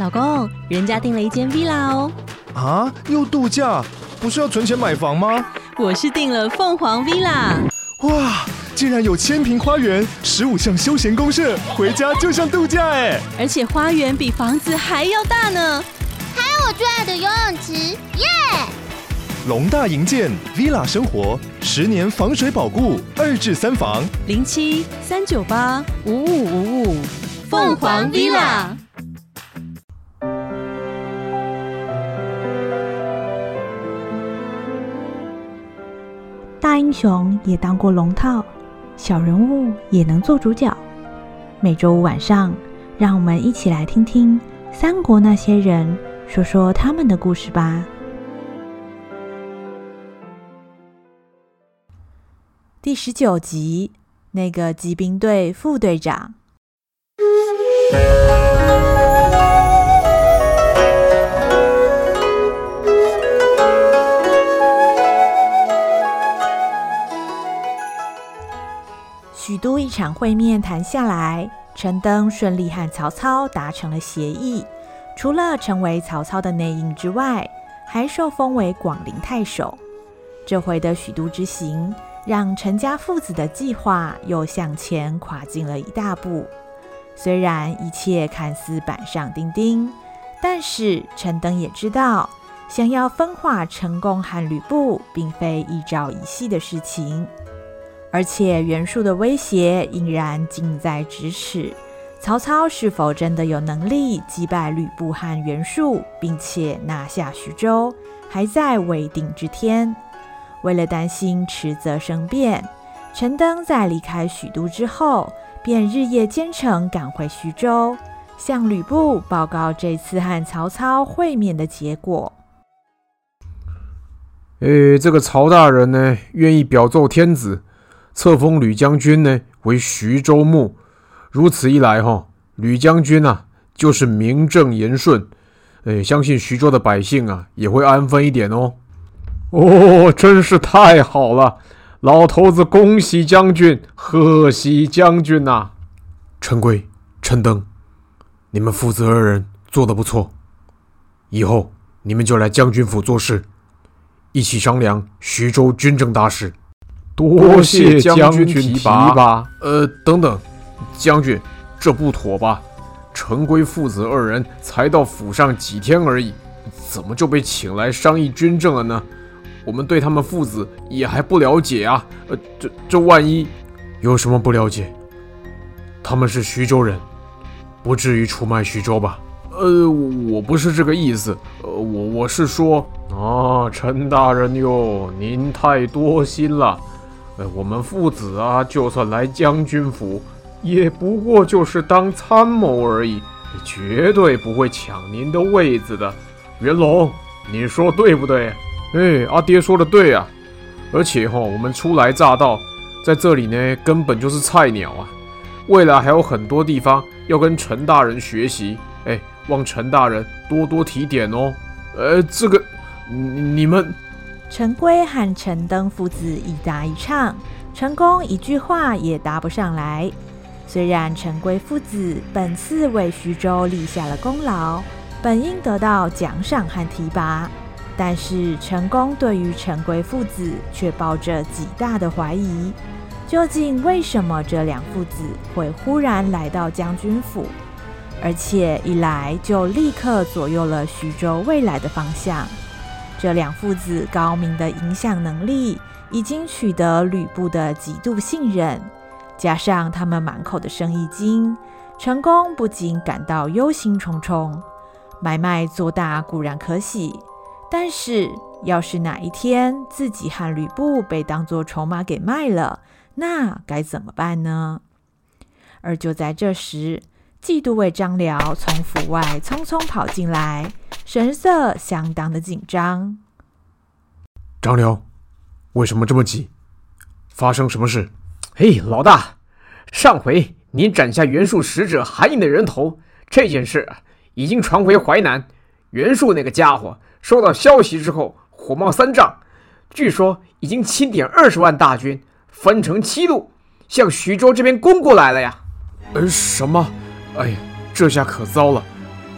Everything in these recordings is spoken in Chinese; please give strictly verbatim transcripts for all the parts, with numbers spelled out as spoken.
老公，人家订了一间 villa 哦。 啊，又度假？不是要存钱买房吗？ 我是订了凤凰 villa。 哇，竟然有千坪花园，十五项休闲公设，回家就像度假哎！ 而且花园比房子还要大呢。 还有我最爱的游泳池，耶！ 龙大营建 villa 生活，十年防水保固，二至三房， 零七三九八五五五五，凤凰 villa。 大英雄也当过龙套，小人物也能做主角。每周五晚上，让我们一起来听听三国那些人，说说他们的故事吧。第十九集，那个骑兵队副队长。许都一场会面谈下来，陈登顺利和曹操达成了协议，除了成为曹操的内应之外，还受封为广陵太守。这回的许都之行，让陈家父子的计划又向前跨进了一大步。虽然一切看似板上钉钉，但是陈登也知道，想要分化陈宫和吕布，并非一朝一夕的事情。而且袁术的威胁依然近在咫尺，曹操是否真的有能力击败吕布和袁术，并且拿下徐州，还在未定之天。为了担心迟则生变，陈登在离开许都之后，便日夜兼程赶回徐州，向吕布报告这次和曹操会面的结果。 诶，这个曹大人呢，愿意表奏天子，册封吕将军呢为徐州牧。如此一来哈，吕将军啊就是名正言顺，诶，相信徐州的百姓啊也会安分一点哦。哦，真是太好了！老头子恭喜将军，贺喜将军呐、啊！陈规、陈登，你们父子二人做得不错，以后你们就来将军府做事，一起商量徐州军政大事。多谢将军提拔。呃，等等，将军，这不妥吧？陈规父子二人才到府上几天而已，怎么就被请来商议军政了呢？我们对他们父子也还不了解啊！呃，这这万一有什么不了解？他们是徐州人，不至于出卖徐州吧？呃，我不是这个意思，呃，我我是说，啊，陈大人哟，您太多心了。呃，我们父子啊，就算来将军府，也不过就是当参谋而已，绝对不会抢您的位子的。元龙，你说对不对？哎，阿爹说的对啊，而且哈、哦，我们初来乍到，在这里呢，根本就是菜鸟啊。未来还有很多地方要跟陈大人学习，哎，望陈大人多多提点哦。呃，这个，你, 你们， 陈规和陈登父子一搭一唱，陈宫一句话也答不上来。虽然陈规父子本次为徐州立下了功劳，本应得到奖赏和提拔。但是陈宫对于陈规父子却抱着极大的怀疑，究竟为什么这两父子会忽然来到将军府，而且一来就立刻左右了徐州未来的方向？这两父子高明的影响能力已经取得吕布的极度信任，加上他们满口的生意经，陈宫不禁感到忧心忡忡。买卖做大固然可喜，但是要是哪一天自己和吕布被当作筹码给卖了，那该怎么办呢？而就在这时，季都尉张辽从府外匆匆跑进来，神色相当的紧张。 张辽，为什么这么急？发生什么事？ 嘿，老大，上回您斩下袁术使者韩印的人头，这件事已经传回淮南，袁术那个家伙收到消息之后火冒三丈，据说已经钦点二十万大军，分成七路向徐州这边攻过来了呀。 呃，什么？哎呀，这下可糟了！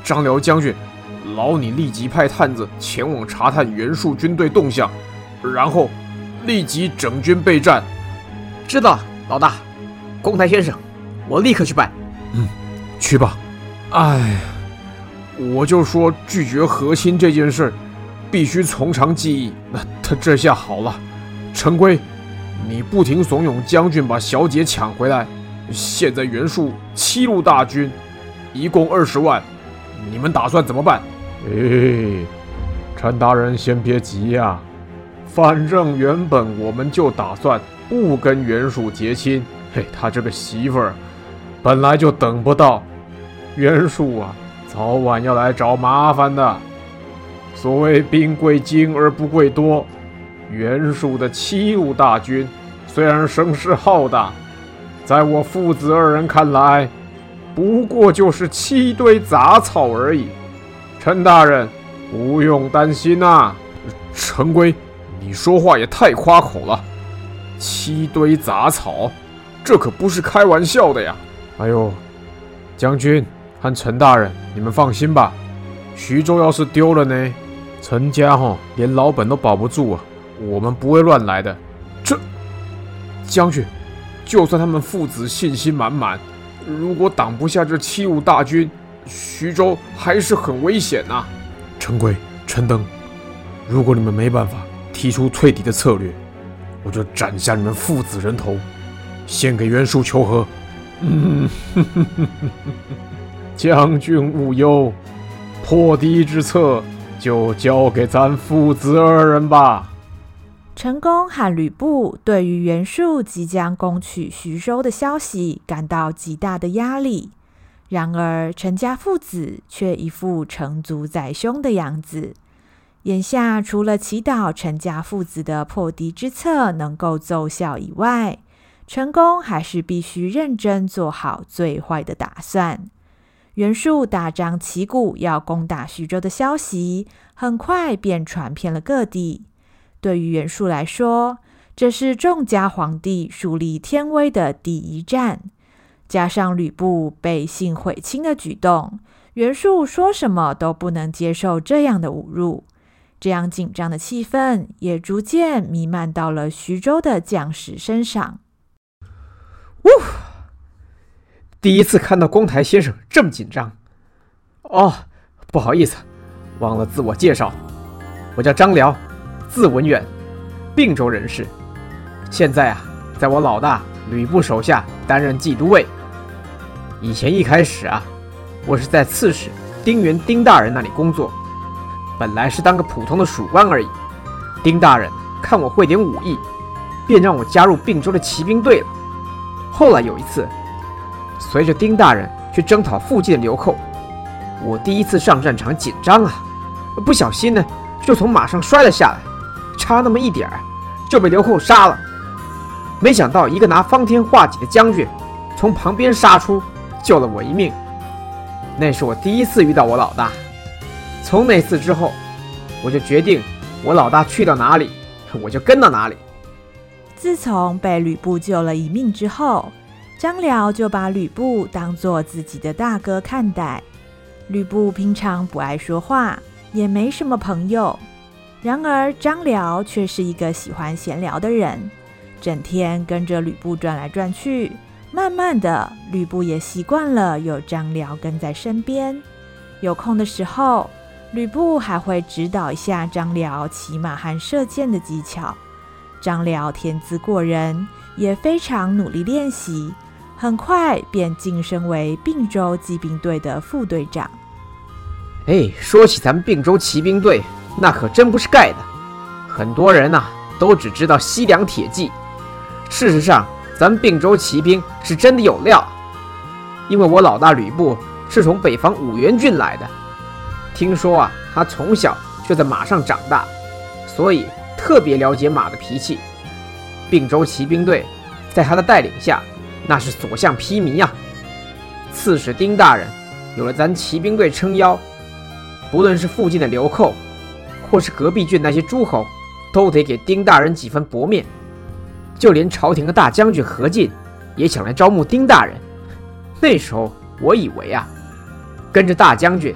张辽将军，劳你立即派探子前往查探袁术军队动向，然后立即整军备战。 知道了，老大。公台先生，我立刻去办。 嗯，去吧。哎，我就说拒绝和亲这件事必须从长计议。那他这下好了，陈规，你不停怂恿将军把小姐抢回来。现在袁术七路大军，一共二十万，你们打算怎么办？哎，陈大人先别急呀、啊，反正原本我们就打算不跟袁术结亲。嘿，他这个媳妇儿本来就等不到，袁术啊，早晚要来找麻烦的。所谓兵贵精而不贵多，袁术的七路大军虽然声势浩大，在我父子二人看来，不过就是七堆杂草而已。陈大人不用担心啊。陈规，你说话也太夸口了，七堆杂草，这可不是开玩笑的呀！哎呦，将军和陈大人，你们放心吧，徐州要是丢了呢，陈家哈连老本都保不住啊，我们不会乱来的。这将军，就算他们父子信心满满，如果挡不下这七路大军，徐州还是很危险啊。陈规、陈登，如果你们没办法提出退敌的策略，我就斩下你们父子人头，献给袁术求和。嗯，呵呵呵将军勿忧，破敌之策就交给咱父子二人吧。 陈宫和吕布对于袁术即将攻取徐州的消息感到极大的压力，然而陈家父子却一副成竹在胸的样子。眼下除了祈祷陈家父子的破敌之策能够奏效以外，陈宫还是必须认真做好最坏的打算。袁术大张旗鼓要攻打徐州的消息很快便传遍了各地。对于袁术来说，这是众家皇帝树立天威的第一战，加上吕布背信悔亲的举动，袁术说什么都不能接受这样的侮辱。这样紧张的气氛也逐渐弥漫到了徐州的将士身上。 呜，第一次看到公台先生这么紧张。哦，不好意思，忘了自我介绍，我叫张辽，字文远，并州人士。现在啊，在我老大吕布手下担任骑都尉。以前一开始啊，我是在刺史丁原丁大人那里工作，本来是当个普通的属官而已。丁大人看我会点武艺，便让我加入并州的骑兵队了。后来有一次，随着丁大人去征讨附近的流寇，我第一次上战场紧张啊，不小心呢就从马上摔了下来，差那么一点儿就被流寇杀了。没想到一个拿方天画戟的将军从旁边杀出，救了我一命。那是我第一次遇到我老大。从那次之后，我就决定我老大去到哪里，我就跟到哪里。 自从被吕布救了一命之后，张辽就把吕布当作自己的大哥看待。吕布平常不爱说话，也没什么朋友，然而张辽却是一个喜欢闲聊的人，整天跟着吕布转来转去。慢慢的，吕布也习惯了有张辽跟在身边。有空的时候，吕布还会指导一下张辽骑马和射箭的技巧。张辽天资过人，也非常努力练习，很快便晋升为并州骑兵队的副队长。 哎，说起咱们并州骑兵队，那可真不是盖的。很多人啊，都只知道西凉铁骑，事实上咱们并州骑兵是真的有料。因为我老大吕布是从北方五原郡来的，听说啊，他从小就在马上长大，所以特别了解马的脾气。并州骑兵队在他的带领下，那是所向披靡啊。刺史丁大人有了咱骑兵队撑腰，不论是附近的流寇，或是隔壁郡那些诸侯，都得给丁大人几分薄面。就连朝廷的大将军何进也想来招募丁大人。那时候我以为啊，跟着大将军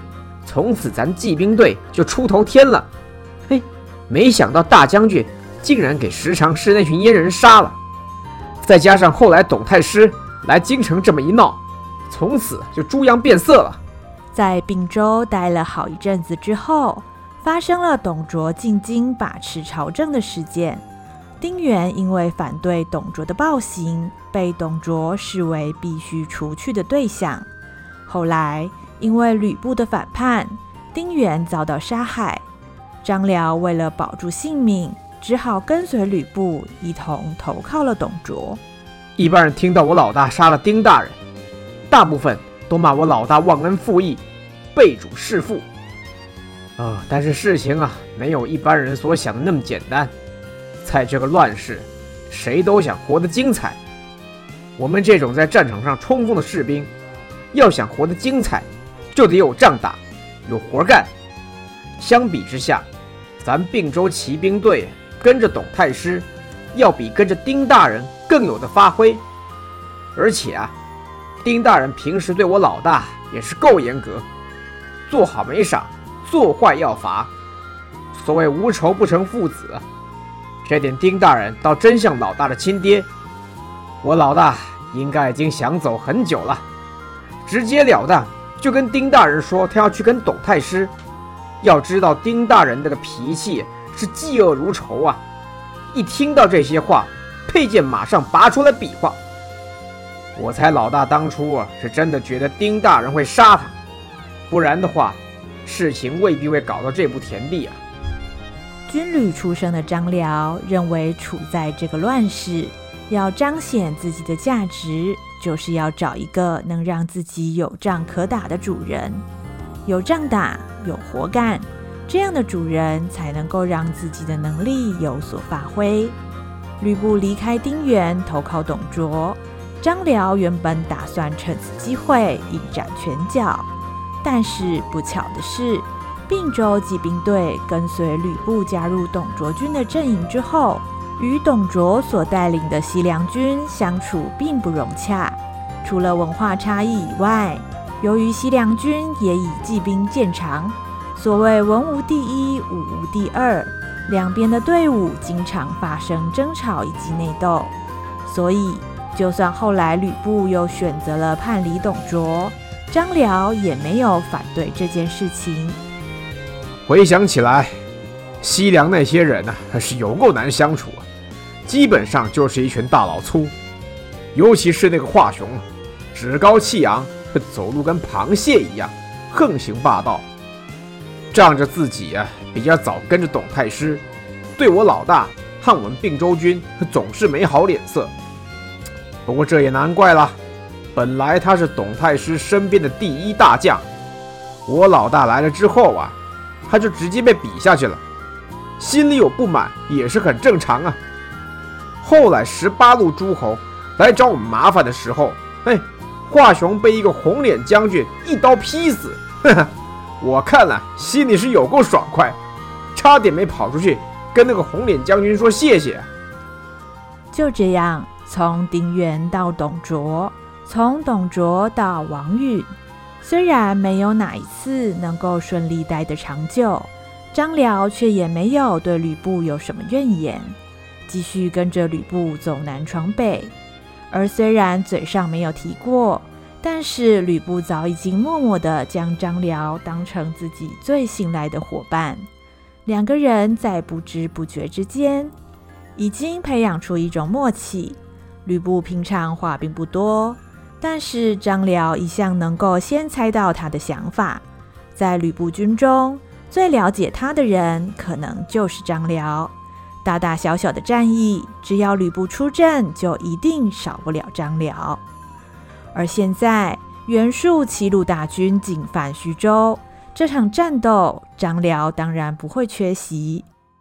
从此咱骑兵队就出头天了。嘿，没想到大将军竟然给十常侍那群阉人杀了，再加上后来董太师来京城这么一闹，从此就猪羊变色了。 在并州待了好一阵子之后，发生了董卓进京把持朝政的事件。丁原因为反对董卓的暴行，被董卓视为必须除去的对象。后来因为吕布的反叛，丁原遭到杀害。张辽为了保住性命，只好跟随吕布一同投靠了董卓。 一般人听到我老大杀了丁大人，大部分都骂我老大忘恩负义，背主弑父。呃，但是事情啊，没有一般人所想的那么简单。在这个乱世，谁都想活得精彩。我们这种在战场上冲锋的士兵，要想活得精彩，就得有仗打，有活干。相比之下，咱并州骑兵队跟着董太师，要比跟着丁大人更有的发挥。而且啊，丁大人平时对我老大也是够严格，做好没赏，做坏要罚。所谓无仇不成父子，这点丁大人倒真像老大的亲爹。我老大应该已经想走很久了，直截了当就跟丁大人说他要去跟董太师。要知道丁大人那个脾气是嫉恶如仇啊，一听到这些话，佩剑马上拔出来比划。我猜老大当初啊是真的觉得丁大人会杀他，不然的话事情未必会搞到这步田地啊。 军旅出身的张辽认为，处在这个乱世，要彰显自己的价值，就是要找一个能让自己有仗可打的主人。有仗打，有活干，这样的主人才能够让自己的能力有所发挥。吕布离开丁原，投靠董卓，张辽原本打算趁此机会一展拳脚，但是不巧的是，并州骑兵队跟随吕布加入董卓军的阵营之后，与董卓所带领的西凉军相处并不融洽。除了文化差异以外，由于西凉军也以骑兵见长，所谓文无第一，武无第二，两边的队伍经常发生争吵以及内斗。所以就算后来吕布又选择了叛离董卓，张辽也没有反对这件事情。 回想起来，西凉那些人啊，是有够难相处啊，基本上就是一群大老粗。尤其是那个华雄，趾高气扬，走路跟螃蟹一样，横行霸道。仗着自己啊比较早跟着董太师，对我老大和我们并州军总是没好脸色。不过这也难怪了，本来他是董太师身边的第一大将，我老大来了之后啊，他就直接被比下去了，心里有不满也是很正常啊。后来十八路诸侯来找我们麻烦的时候，嘿，华雄被一个红脸将军一刀劈死，呵呵，我看了心里是有够爽快，差点没跑出去跟那个红脸将军说谢谢。 就这样，从丁原到董卓，从董卓到王允，虽然没有哪一次能够顺利待得长久，张辽却也没有对吕布有什么怨言，继续跟着吕布走南闯北。而虽然嘴上没有提过，但是吕布早已经默默地将张辽当成自己最信赖的伙伴。两个人在不知不觉之间，已经培养出一种默契。吕布平常话并不多，但是张辽一向能够先猜到他的想法。在吕布军中，最了解他的人可能就是张辽。大大小小的战役，只要吕布出阵，就一定少不了张辽。而现在袁术七路大军进犯徐州，这场战斗，张辽当然不会缺席。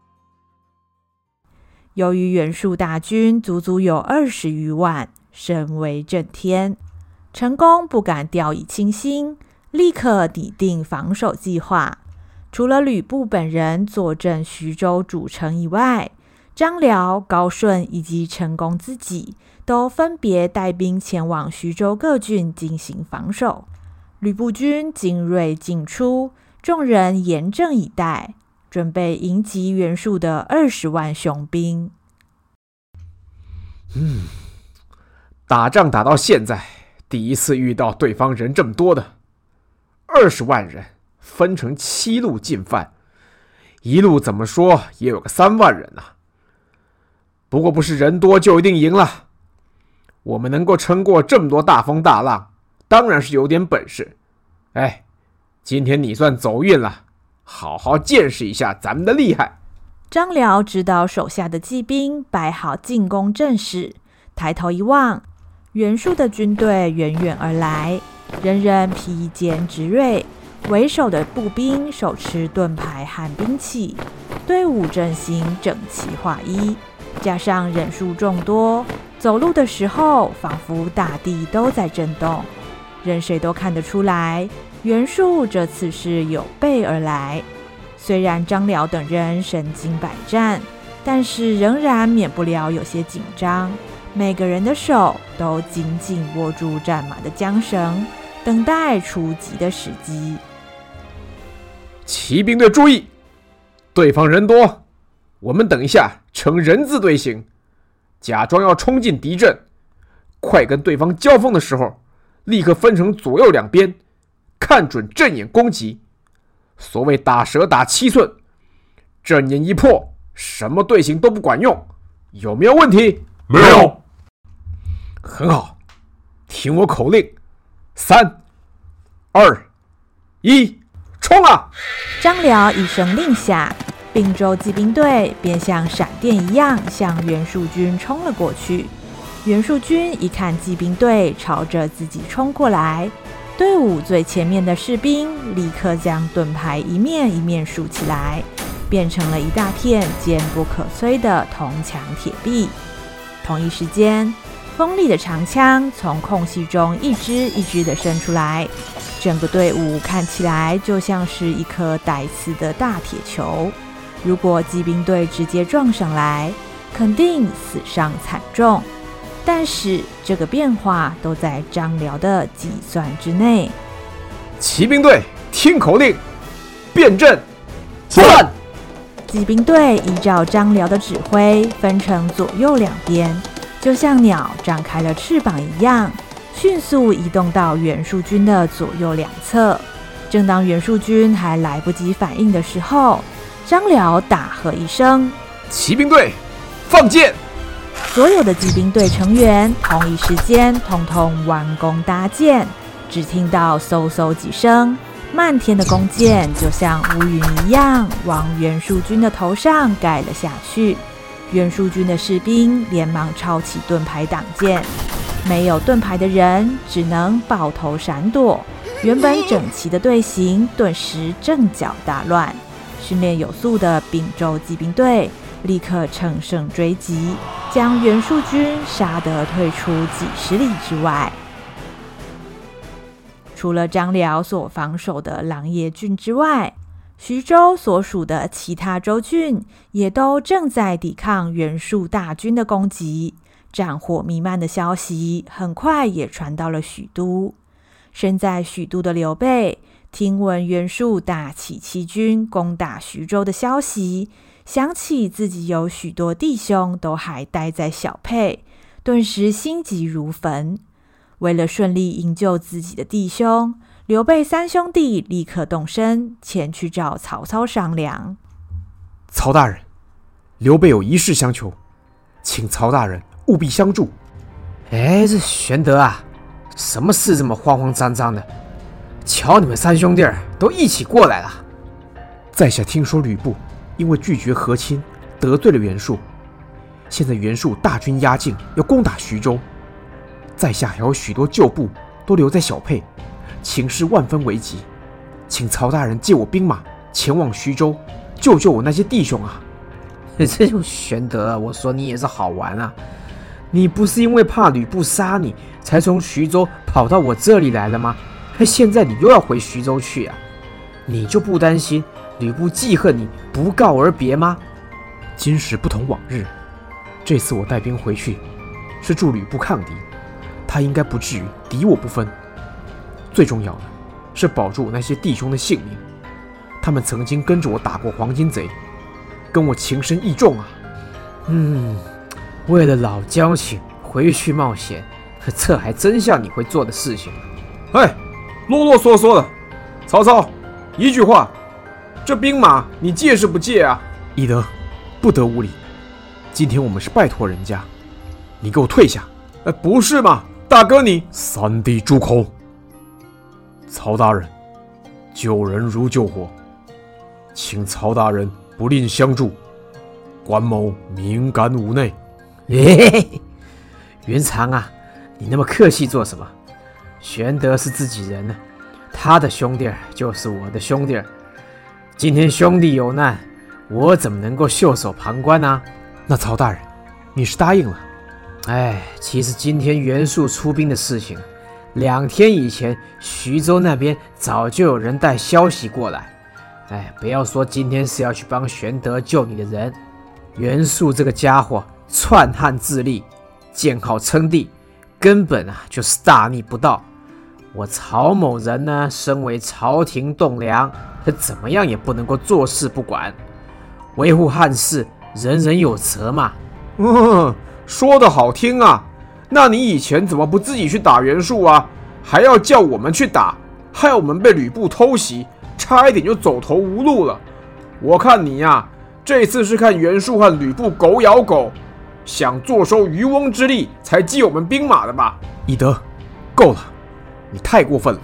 由于袁术大军足足有二十余万，声威震天，陈宫不敢掉以轻心，立刻拟定防守计划。除了吕布本人坐镇徐州主城以外，张辽、高顺以及陈宫自己都分别带兵前往徐州各郡进行防守。吕布军精锐尽出， 众人严阵以待，准备迎击袁术的二十万雄兵。 嗯，打仗打到现在，第一次遇到对方人这么多的，二十万人分成七路进犯，一路怎么说也有个三万人啊。不过不是人多就一定赢了，我们能够撑过这么多大风大浪，当然是有点本事。哎，今天你算走运了，好好见识一下咱们的厉害。 张辽知道手下的骑兵摆好进攻阵势，抬头一望，袁术的军队远远而来，人人披坚执锐，为首的步兵手持盾牌和兵器，队伍阵型整齐划一，加上人数众多，走路的时候仿佛大地都在震动，任谁都看得出来，袁术这次是有备而来。虽然张辽等人身经百战，但是仍然免不了有些紧张，每个人的手都紧紧握住战马的缰绳，等待出击的时机。 骑兵队注意，对方人多，我们等一下呈人字队形，假装要冲进敌阵，快跟对方交锋的时候，立刻分成左右两边，看准阵眼攻击。所谓打蛇打七寸，阵眼一破，什么队形都不管用。有没有问题？ 没有。 很好，听我口令，三、二、一，冲啊！ 张辽一声令下，并州骑兵队便像闪电一样向袁术军冲了过去。袁术军一看骑兵队朝着自己冲过来，队伍最前面的士兵立刻将盾牌一面一面竖起来，变成了一大片坚不可摧的铜墙铁壁。同一时间，锋利的长枪从空隙中一支一支的伸出来，整个队伍看起来就像是一颗带刺的大铁球。如果骑兵队直接撞上来，肯定死伤惨重。但是这个变化都在张辽的计算之内。 骑兵队听口令，变阵， 转！ 骑兵队依照张辽的指挥，分成左右两边，就像鸟张开了翅膀一样，迅速移动到袁术军的左右两侧。正当袁术军还来不及反应的时候，张辽大喝一声：“ 骑兵队，放箭！” 所有的骑兵队成员同一时间统统弯弓搭箭，只听到嗖嗖几声，漫天的弓箭就像乌云一样往袁术军的头上盖了下去。袁术军的士兵连忙抄起盾牌挡箭，没有盾牌的人只能抱头闪躲，原本整齐的队形顿时阵脚大乱。训练有素的并州骑兵队立刻乘胜追击，将袁术军杀得退出几十里之外。除了张辽所防守的琅琊郡之外，徐州所属的其他州郡也都正在抵抗袁术大军的攻击，战火弥漫的消息很快也传到了许都。身在许都的刘备听闻袁术大起七军攻打徐州的消息，想起自己有许多弟兄都还待在小沛，顿时心急如焚。为了顺利营救自己的弟兄，刘备三兄弟立刻动身前去找曹操商量。 曹大人，刘备有一事相求，请曹大人务必相助。哎，这玄德啊，什么事这么慌慌张张的？瞧你们三兄弟都一起过来了。在下听说吕布因为拒绝和亲，得罪了袁术，现在袁术大军压境，要攻打徐州，在下还有许多旧部都留在小沛，情势万分危急，请曹大人借我兵马前往徐州，救救我那些弟兄啊！这种玄德，我说你也是好玩啊！你不是因为怕吕布杀你，才从徐州跑到我这里来了吗？现在你又要回徐州去啊？你就不担心吕布记恨你，不告而别吗？今时不同往日，这次我带兵回去，是助吕布抗敌，他应该不至于敌我不分。最重要的是保住我那些弟兄的性命。 他们曾经跟着我打过黄金贼，跟我情深意重啊。 嗯，为了老交情回去冒险，这还真像你会做的事情。 哎，啰啰嗦嗦的，曹操，一句话，这兵马你借是不借啊？翼德，不得无礼。今天我们是拜托人家，你给我退下。哎，不是嘛，大哥你……三弟住口！曹大人，救人如救火，请曹大人不吝相助。关某敏感无内。 嘿，云长啊，你那么客气做什么？玄德是自己人呢、啊，他的兄弟就是我的兄弟。今天兄弟有难，我怎么能够袖手旁观呢、啊？ 那曹大人，你是答应了？ 哎，其实今天袁术出兵的事情，两天以前徐州那边早就有人带消息过来。哎，不要说今天是要去帮玄德救你的人，袁术这个家伙篡汉自立，建号称帝，根本啊就是大逆不道。我曹某人呢，身为朝廷栋梁，他怎么样也不能够坐视不管，维护汉室，人人有责嘛。 嗯，说得好听啊，那你以前怎么不自己去打袁术啊？还要叫我们去打，害我们被吕布偷袭，差一点就走投无路了。我看你呀、啊，这次是看袁术和吕布狗咬狗，想坐收渔翁之利才借我们兵马的吧？翼德，够了，你太过分了。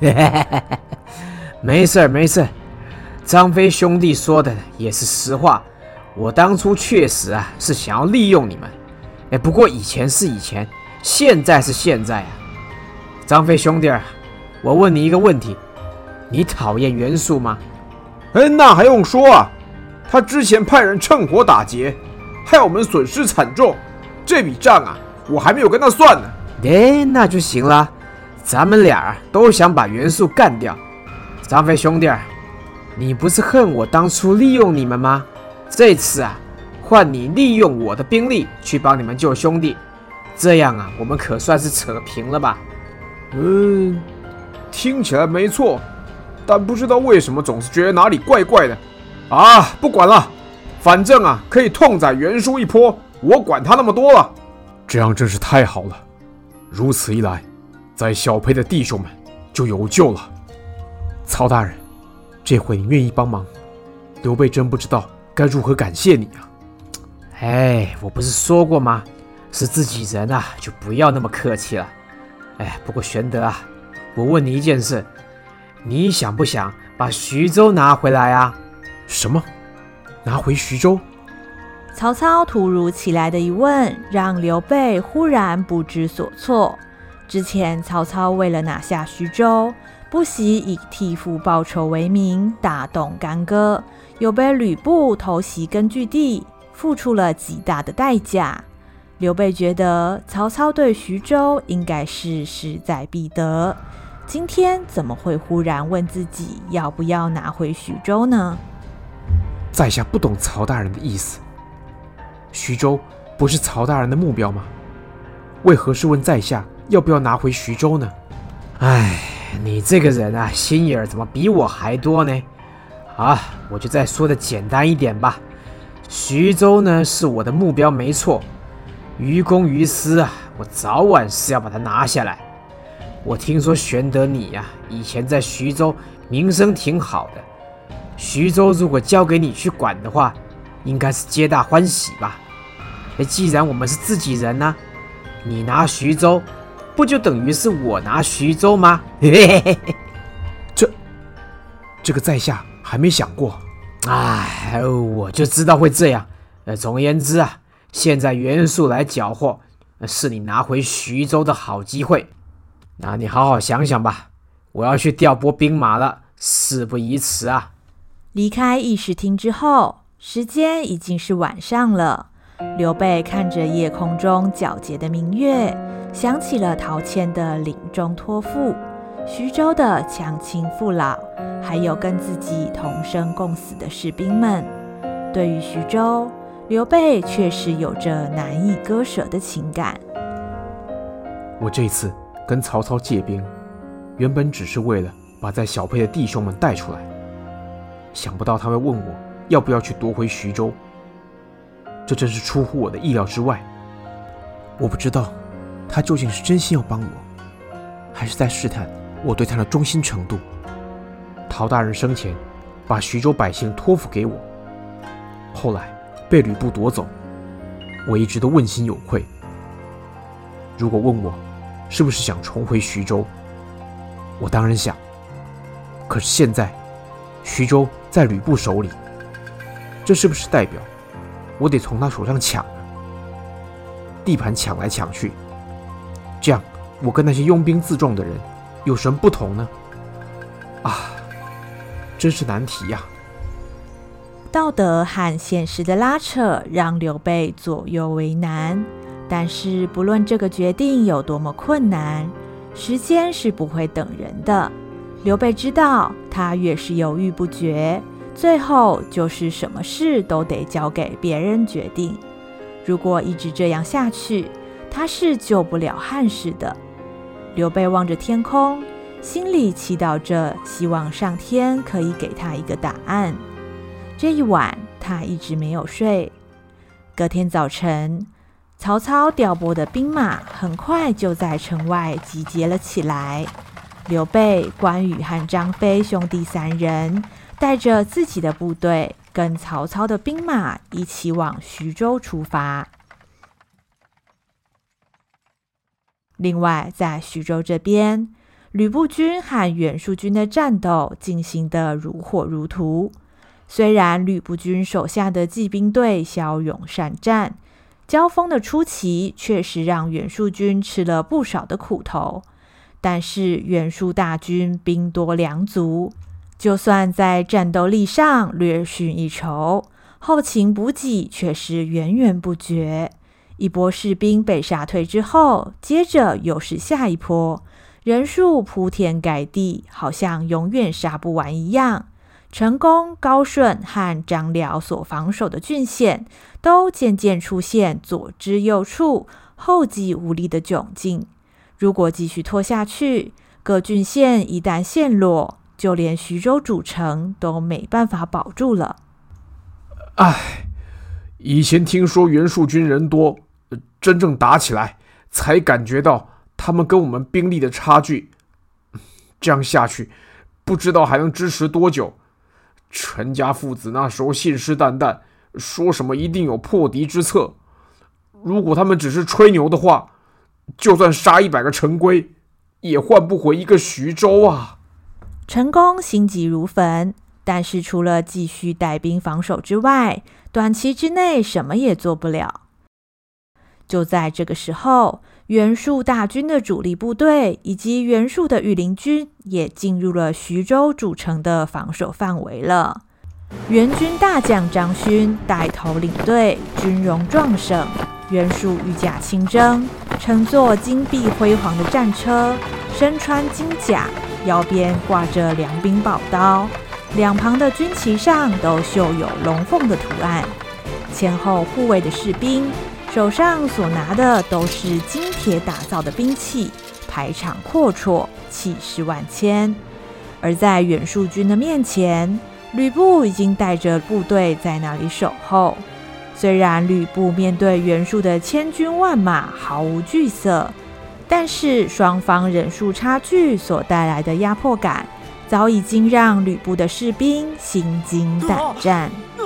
没事没事，张飞兄弟说的也是实话，我当初确实啊是想要利用你们，哎，不过以前是以前，现在是现在啊。张飞兄弟，我问你一个问题，你讨厌袁术吗？ 哎，那还用说啊，他之前派人趁火打劫，害我们损失惨重，这笔账啊我还没有跟他算呢。 哎，那就行了，咱们俩都想把袁术干掉。张飞兄弟，你不是恨我当初利用你们吗？这次啊，换你利用我的兵力去帮你们救兄弟，这样啊，我们可算是扯平了吧？ 嗯，听起来没错，但不知道为什么总是觉得哪里怪怪的。啊，不管了，反正啊，可以痛宰袁术一波，我管他那么多了。这样真是太好了，如此一来，在小沛的弟兄们就有救了。曹大人，这回你愿意帮忙，刘备真不知道该如何感谢你啊。 哎，我不是说过吗？是自己人啊，就不要那么客气了。哎，不过玄德啊，我问你一件事，你想不想把徐州拿回来啊？ 什么？拿回徐州？ 曹操突如其来的一问，让刘备忽然不知所措。之前曹操为了拿下徐州，不惜以替父报仇为名，大动干戈，又被吕布偷袭根据地，付出了极大的代价。刘备觉得曹操对徐州应该是势在必得，今天怎么会忽然问自己要不要拿回徐州呢？ 在下不懂曹大人的意思，徐州不是曹大人的目标吗？为何是问在下要不要拿回徐州呢？ 哎，你这个人啊，心眼怎么比我还多呢？啊，我就再说的简单一点吧。徐州呢是我的目标没错，于公于私啊，我早晚是要把它拿下来。我听说玄德你呀、啊，以前在徐州名声挺好的，徐州如果交给你去管的话，应该是皆大欢喜吧？哎，既然我们是自己人呢、啊，你拿徐州，不就等于是我拿徐州吗？ 这，这个在下还没想过。 哎，我就知道会这样。呃，总而言之啊，现在袁术来缴获，是你拿回徐州的好机会。那你好好想想吧，我要去调拨兵马了，事不宜迟啊！ 离开议事厅之后，时间已经是晚上了。刘备看着夜空中皎洁的明月，想起了陶谦的临终托付，徐州的乡亲父老，还有跟自己同生共死的士兵们。对于徐州，刘备确实有着难以割舍的情感。 我这次跟曹操借兵，原本只是为了把在小沛的弟兄们带出来， 想不到他会问我要不要去夺回徐州，这真是出乎我的意料之外。我不知道他究竟是真心要帮我，还是在试探我对他的忠心程度。陶大人生前把徐州百姓托付给我，后来被吕布夺走，我一直都问心有愧。如果问我是不是想重回徐州，我当然想。可是现在徐州在吕布手里，这是不是代表我得从他手上抢呢？地盘抢来抢去，这样我跟那些拥兵自重的人有什么不同呢？啊，真是难题呀！ 道德和现实的拉扯让刘备左右为难，但是不论这个决定有多么困难，时间是不会等人的。刘备知道，他越是犹豫不决，最后就是什么事都得交给别人决定。如果一直这样下去，他是救不了汉室的。刘备望着天空，心里祈祷着，希望上天可以给他一个答案。这一晚，他一直没有睡。隔天早晨，曹操调拨的兵马很快就在城外集结了起来。刘备、关羽和张飞兄弟三人带着自己的部队，跟曹操的兵马一起往徐州出发。另外，在徐州这边，吕布军和袁术军的战斗进行得如火如荼。虽然吕布军手下的骑兵队骁勇善战，交锋的初期确实让袁术军吃了不少的苦头，但是袁术大军兵多粮足，就算在战斗力上略逊一筹，后勤补给却是源源不绝。一波士兵被杀退之后，接着又是下一波，人数铺天盖地，好像永远杀不完一样。成功、高顺和张辽所防守的郡县都渐渐出现左支右绌、后继无力的窘境。如果继续拖下去，各郡县一旦陷落，就连徐州主城都没办法保住了。 唉，以前听说袁术军人多，真正打起来才感觉到他们跟我们兵力的差距。这样下去，不知道还能支持多久。陈家父子那时候信誓旦旦，说什么一定有破敌之策。如果他们只是吹牛的话，就算杀一百个陈规，也换不回一个徐州啊！ 陈宫心急如焚，但是除了继续带兵防守之外，短期之内什么也做不了。就在这个时候，袁术大军的主力部队以及袁术的御林军也进入了徐州主城的防守范围了。袁军大将张勋带头领队，军容壮盛。袁术御驾亲征，乘坐金碧辉煌的战车，身穿金甲，腰边挂着两柄宝刀，两旁的军旗上都绣有龙凤的图案。前后护卫的士兵手上所拿的都是金铁打造的兵器，排场阔绰，气势万千。而在袁术军的面前，吕布已经带着部队在那里守候。虽然吕布面对袁术的千军万马毫无惧色，但是双方人数差距所带来的压迫感，早已经让吕布的士兵心惊胆战。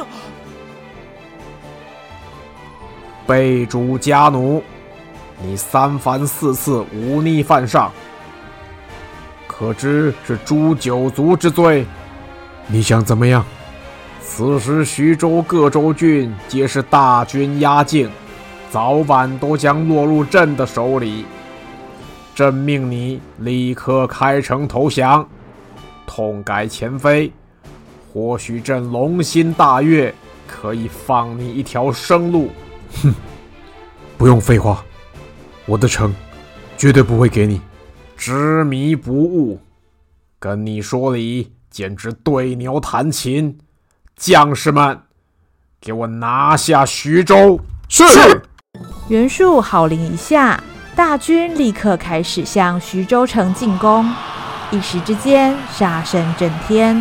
备主家奴，你三番四次忤逆犯上，可知是诛九族之罪。你想怎么样？此时徐州各州郡皆是大军压境，早晚都将落入朕的手里。朕命你立刻开城投降，痛改前非，或许朕龙心大悦，可以放你一条生路。哼，不用废话，我的城绝对不会给你。执迷不悟，跟你说理简直对牛弹琴。将士们，给我拿下徐州！是。 袁术号令一下，大军立刻开始向徐州城进攻。一时之间，杀声震天。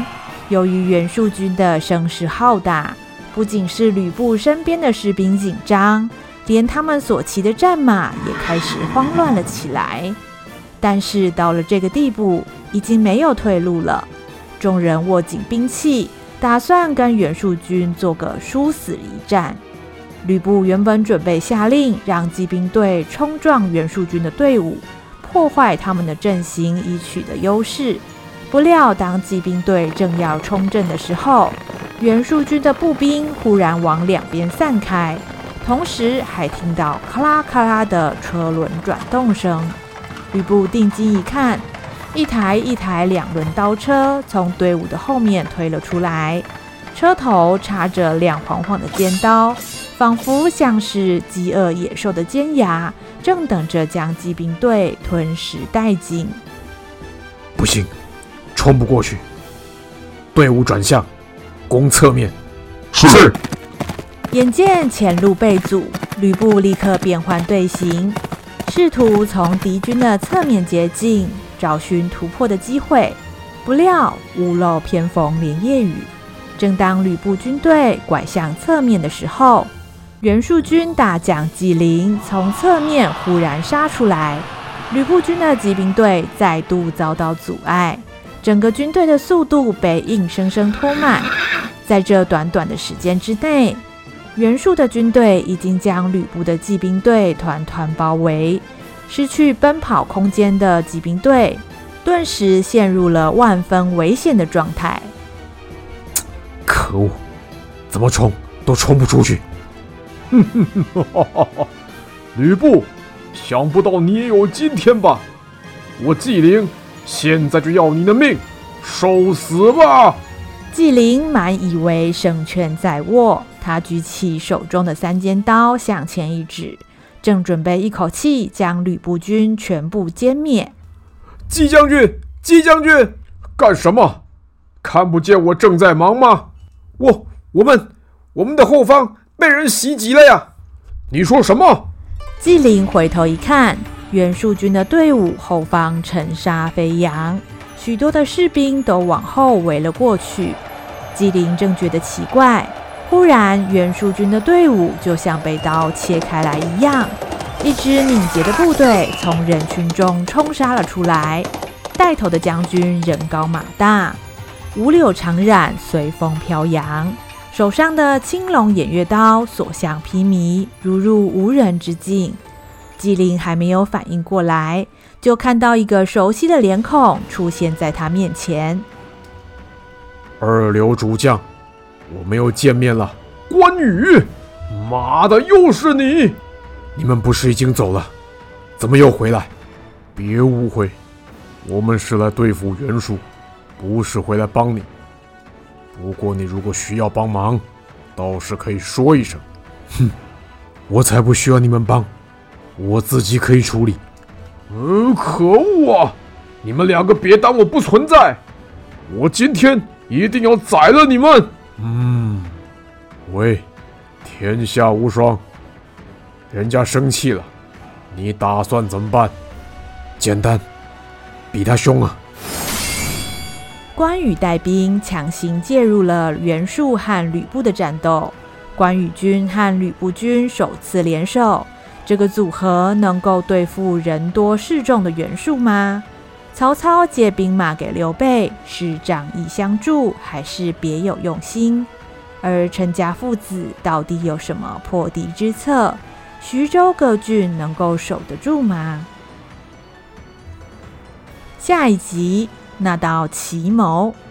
由于袁术军的声势浩大，不仅是吕布身边的士兵紧张，连他们所骑的战马也开始慌乱了起来。但是到了这个地步，已经没有退路了。众人握紧兵器，打算跟袁术军做个殊死一战。吕布原本准备下令让骑兵队冲撞袁术军的队伍，破坏他们的阵型以取得优势。不料当骑兵队正要冲阵的时候，袁术军的步兵忽然往两边散开，同时还听到咔啦咔啦的车轮转动声。吕布定睛一看，一台一台两轮刀车从队伍的后面推了出来，车头插着亮晃晃的尖刀，仿佛像是饥饿野兽的尖牙，正等着将骑兵队吞噬殆尽。 不行，冲不过去，队伍转向，攻侧面。是。 眼见前路被阻，吕布立刻变换队形，试图从敌军的侧面接近，找寻突破的机会。不料屋漏偏逢连夜雨，正当吕布军队拐向侧面的时候，袁术军大将纪灵从侧面忽然杀出来，吕布军的骑兵队再度遭到阻碍，整个军队的速度被硬生生拖慢。在这短短的时间之内，袁术的军队已经将吕布的骑兵队团团包围，失去奔跑空间的骑兵队顿时陷入了万分危险的状态。 可恶，怎么冲都冲不出去。 哼哼哼，哈哈哈！吕布，想不到你也有今天吧？我纪灵现在就要你的命，受死吧！ 纪灵满以为胜券在握，他举起手中的三尖刀向前一指，正准备一口气将吕布军全部歼灭。 纪将军，纪将军，干什么？看不见我正在忙吗？我我们我们的后方被人袭击了呀！你说什么？ 纪灵回头一看，袁术军的队伍后方尘沙飞扬，许多的士兵都往后围了过去。纪灵正觉得奇怪，忽然袁术军的队伍就像被刀切开来一样，一支敏捷的部队从人群中冲杀了出来，带头的将军人高马大，五柳长髯随风飘扬，手上的青龙偃月刀所向披靡，如入无人之境。纪灵还没有反应过来，就看到一个熟悉的脸孔出现在他面前。 二流主将，我们又见面了。 关羽，妈的，又是你！ 你们不是已经走了，怎么又回来？别误会，我们是来对付袁术，不是回来帮你。不过你如果需要帮忙，倒是可以说一声。哼，我才不需要你们帮，我自己可以处理。 嗯，可恶啊！你们两个别当我不存在，我今天一定要宰了你们！ 嗯，喂，天下无双，人家生气了，你打算怎么办？简单，比他凶啊！ 关羽带兵强行介入了袁术和吕布的战斗，关羽军和吕布军首次联手，这个组合能够对付人多势众的袁术吗？曹操借兵马给刘备，是仗义相助，还是别有用心？而陈家父子到底有什么破敌之策？徐州各郡能够守得住吗？下一集，那道奇谋。